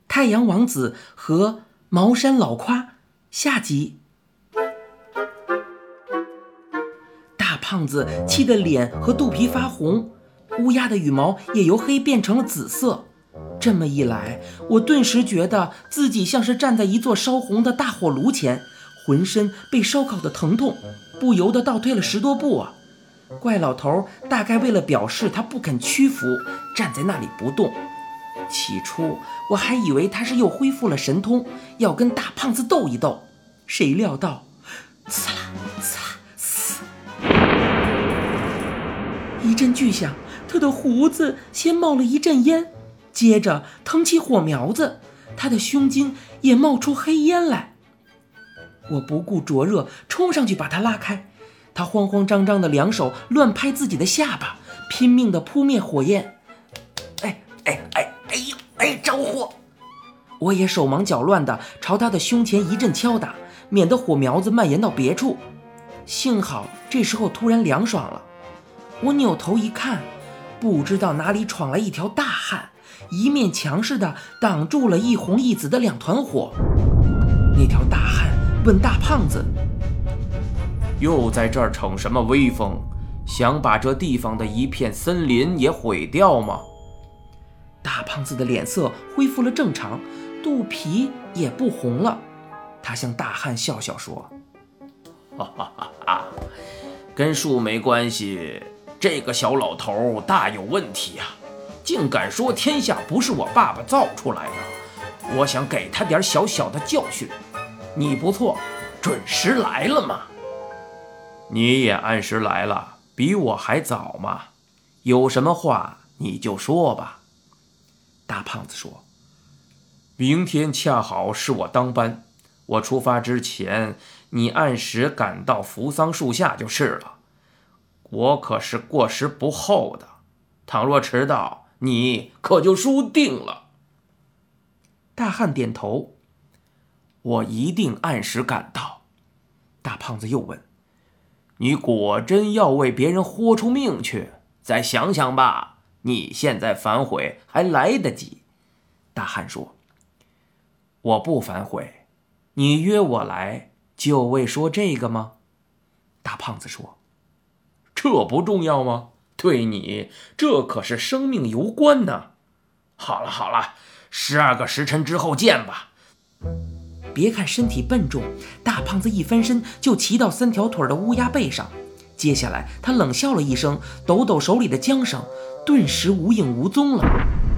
太阳王子和茅山老夸下集。大胖子气得脸和肚皮发红，乌鸦的羽毛也由黑变成了紫色。这么一来，我顿时觉得自己像是站在一座烧红的大火炉前，浑身被烧烤的疼痛，不由得倒退了10多步啊！怪老头大概为了表示他不肯屈服，站在那里不动。起初我还以为他是又恢复了神通，要跟大胖子斗一斗，谁料到呲啦呲啦呲，一阵巨响，他的胡子先冒了一阵烟，接着腾起火苗子，他的胸襟也冒出黑烟来。我不顾灼热，冲上去把他拉开，他慌慌张张的两手乱拍自己的下巴，拼命地扑灭火焰。着火！我也手忙脚乱地朝他的胸前一阵敲打，免得火苗子蔓延到别处。幸好这时候突然凉爽了，我扭头一看，不知道哪里闯来一条大汉，一面墙似的挡住了一红一紫的2团火。那条大汉问大胖子： 又在这儿逞什么威风？想把这地方的一片森林也毁掉吗？ 大胖子的脸色恢复了正常，肚皮也不红了。他向大汉笑笑说： 哈哈哈哈，跟树没关系，这个小老头大有问题啊，竟敢说天下不是我爸爸造出来的，我想给他点小小的教训。你不错，准时来了嘛。你也按时来了，比我还早嘛，有什么话你就说吧。 大胖子说： 明天恰好是我当班，我出发之前，你按时赶到扶桑树下就是了。我可是过时不候的，倘若迟到，你可就输定了。 大汉点头：我一定按时赶到。大胖子又问： 你果真要为别人豁出命去？再想想吧，你现在反悔还来得及。 大汉说：我不反悔，你约我来就为说这个吗？大胖子说： 这不重要吗？对你这可是生命攸关呢。好了好了，12个时辰之后见吧。 别看身体笨重，大胖子一翻身就骑到3条腿的乌鸦背上。接下来他冷笑了一声，抖抖手里的缰绳，顿时无影无踪了。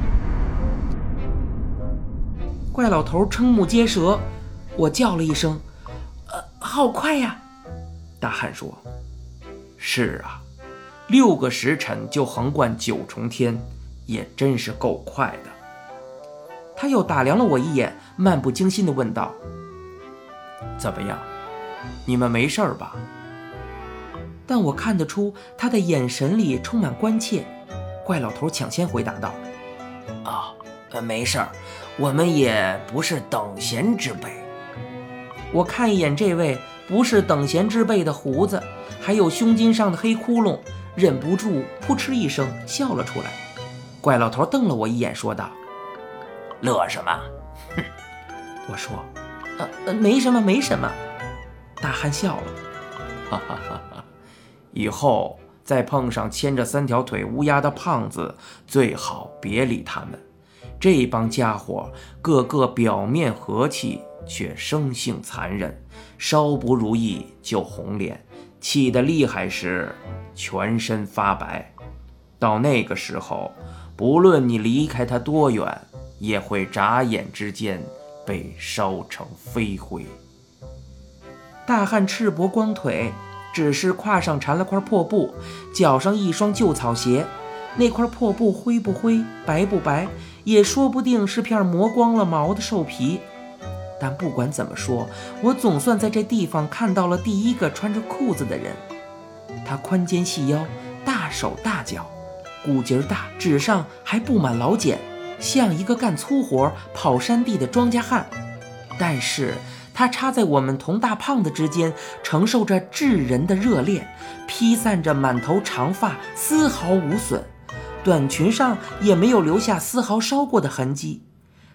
怪老头瞠目结舌，我叫了一声：好快呀！大汉说： 是啊，6个时辰就横贯9重天，也真是够快的。 他又打量了我一眼，漫不经心地问道： 怎么样，你们没事吧？ 但我看得出他的眼神里充满关切。怪老头抢先回答道： 没事儿，我们也不是等闲之辈。 我看一眼这位不是等闲之辈的胡子，还有胸襟上的黑窟窿，忍不住扑哧一声笑了出来。怪老头瞪了我一眼说道： 乐什么？ 哼！我说：没什么没什么。大汉笑了： 哈哈哈哈！以后再碰上牵着3条腿乌鸦的胖子，最好别理他们。这帮家伙个个表面和气，却生性残忍，稍不如意就红脸，气得厉害时全身发白。到那个时候，不论你离开他多远，也会眨眼之间被烧成飞灰。 大汉赤膊光腿，只是胯上缠了块破布，脚上一双旧草鞋。那块破布灰不灰，白不白，也说不定是片磨光了毛的兽皮。但不管怎么说，我总算在这地方看到了第一个穿着裤子的人。他宽肩细腰，大手大脚，骨节大，指上还布满老茧，像一个干粗活跑山地的庄稼汉。但是他插在我们同大胖子之间，承受着炙人的热烈，披散着满头长发，丝毫无损，短裙上也没有留下丝毫烧过的痕迹。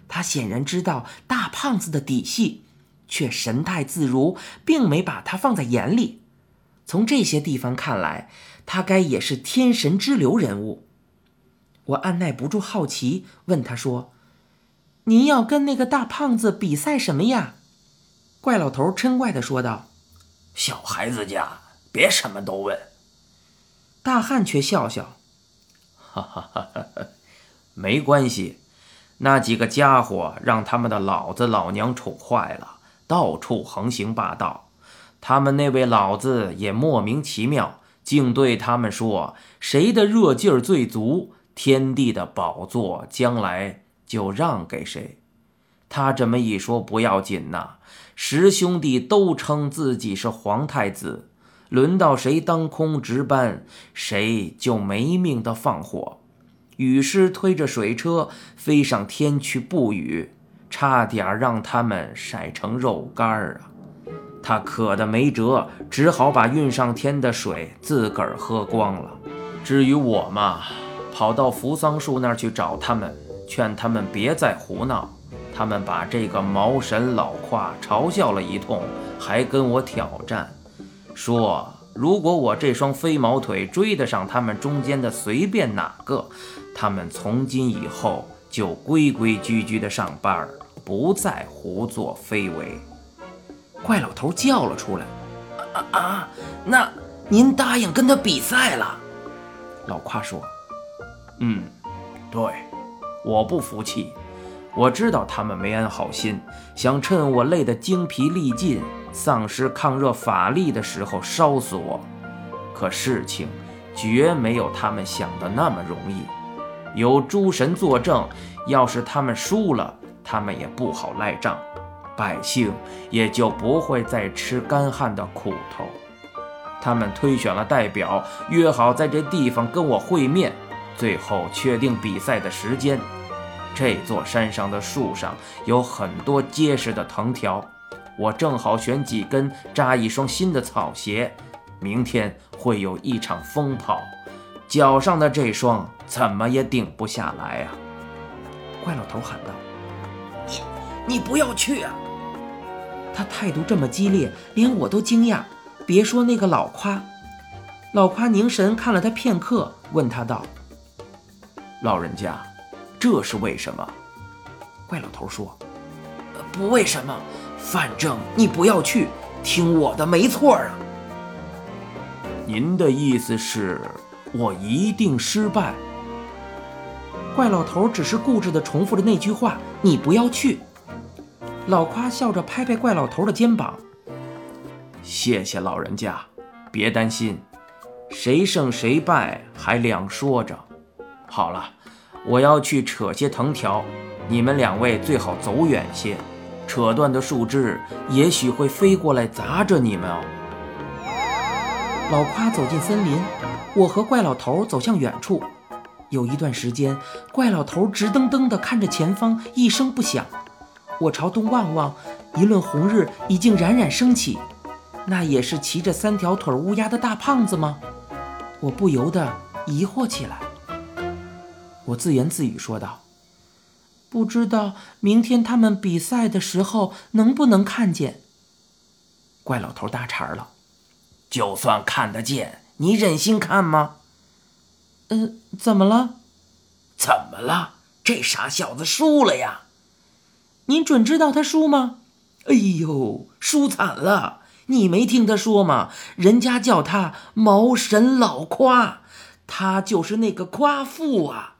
他显然知道大胖子的底细，却神态自如，并没把他放在眼里。从这些地方看来，他该也是天神之流人物。我按耐不住好奇，问他说：“您要跟那个大胖子比赛什么呀？”怪老头嗔怪地说道：“ 小孩子家，别什么都问。” 大汉却笑笑：“ 哈哈哈哈，没关系，那几个家伙让他们的老子老娘宠坏了，到处横行霸道。他们那位老子也莫名其妙，竟对他们说谁的热劲儿最足，天帝的宝座将来就让给谁。他这么一说不要紧呐，十兄弟都称自己是皇太子，轮到谁当空值班，谁就没命的放火。雨师推着水车飞上天去布雨，差点让他们晒成肉干啊！他渴得没辙，只好把运上天的水自个儿喝光了。至于我嘛，跑到扶桑树那儿去找他们，劝他们别再胡闹。他们把这个毛神老胯嘲笑了一通，还跟我挑战，说如果我这双飞毛腿追得上他们中间的随便哪个，他们从今以后就规规矩矩的上班，不再胡作非为。 怪老头叫了出来：“ 那您答应跟他比赛了？” 老胯说：“ 对，我不服气。我知道他们没安好心，想趁我累得精疲力尽，丧失抗热法力的时候烧死我。可事情绝没有他们想的那么容易。有诸神作证，要是他们输了，他们也不好赖账，百姓也就不会再吃干旱的苦头。他们推选了代表，约好在这地方跟我会面，最后确定比赛的时间。这座山上的树上有很多结实的藤条，我正好选几根扎一双新的草鞋，明天会有一场风跑，脚上的这双怎么也顶不下来啊！” 怪老头喊道：“ 你不要去啊！” 他态度这么激烈，连我都惊讶，别说那个老胯。老胯凝神看了他片刻，问他道：“ 老人家，这是为什么？” 怪老头说：“ 不为什么，反正你不要去，听我的没错啊。” 您的意思是我一定失败？ 怪老头只是固执地重复着那句话：“你不要去。”老胯笑着拍拍怪老头的肩膀：“ 谢谢老人家，别担心，谁胜谁败还两说着。好了，我要去扯些藤条，你们两位最好走远些，扯断的树枝也许会飞过来砸着你们哦。” 老胯走进森林，我和怪老头走向远处。有一段时间，怪老头直瞪瞪地看着前方，一声不响。我朝东望望，一轮红日已经冉冉升起。那也是骑着3条腿乌鸦的大胖子吗？我不由得疑惑起来。我自言自语说道：“不知道明天他们比赛的时候能不能看见。”怪老头搭茬了：“ 就算看得见，你忍心看吗？”“ 怎么了？”“ 怎么了？这傻小子输了呀！”“ 您准知道他输吗？”“ 哎呦，输惨了！你没听他说吗？人家叫他毛神老胯，他就是那个夸父啊。”“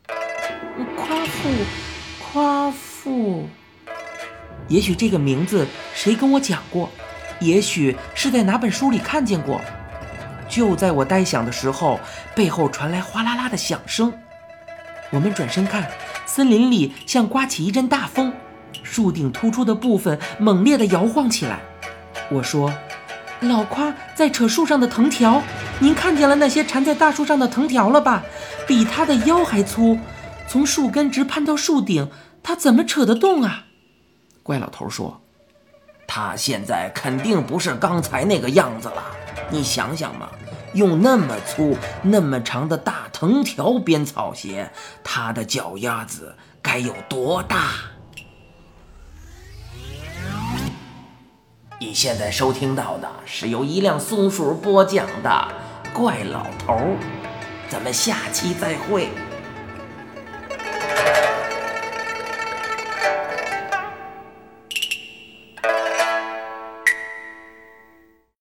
夸父，也许这个名字谁跟我讲过，也许是在哪本书里看见过。”就在我呆想的时候，背后传来哗啦啦的响声。我们转身看，森林里像刮起一阵大风，树顶突出的部分猛烈地摇晃起来。我说：“老胯在扯树上的藤条，您看见了那些缠在大树上的藤条了吧？比他的腰还粗，从树根直攀到树顶，他怎么扯得动啊？”怪老头说：“ 他现在肯定不是刚才那个样子了，你想想嘛，用那么粗那么长的大藤条编草鞋，他的脚丫子该有多大？” 你现在收听到的是由一辆松鼠播讲的《怪老头》，咱们下期再会。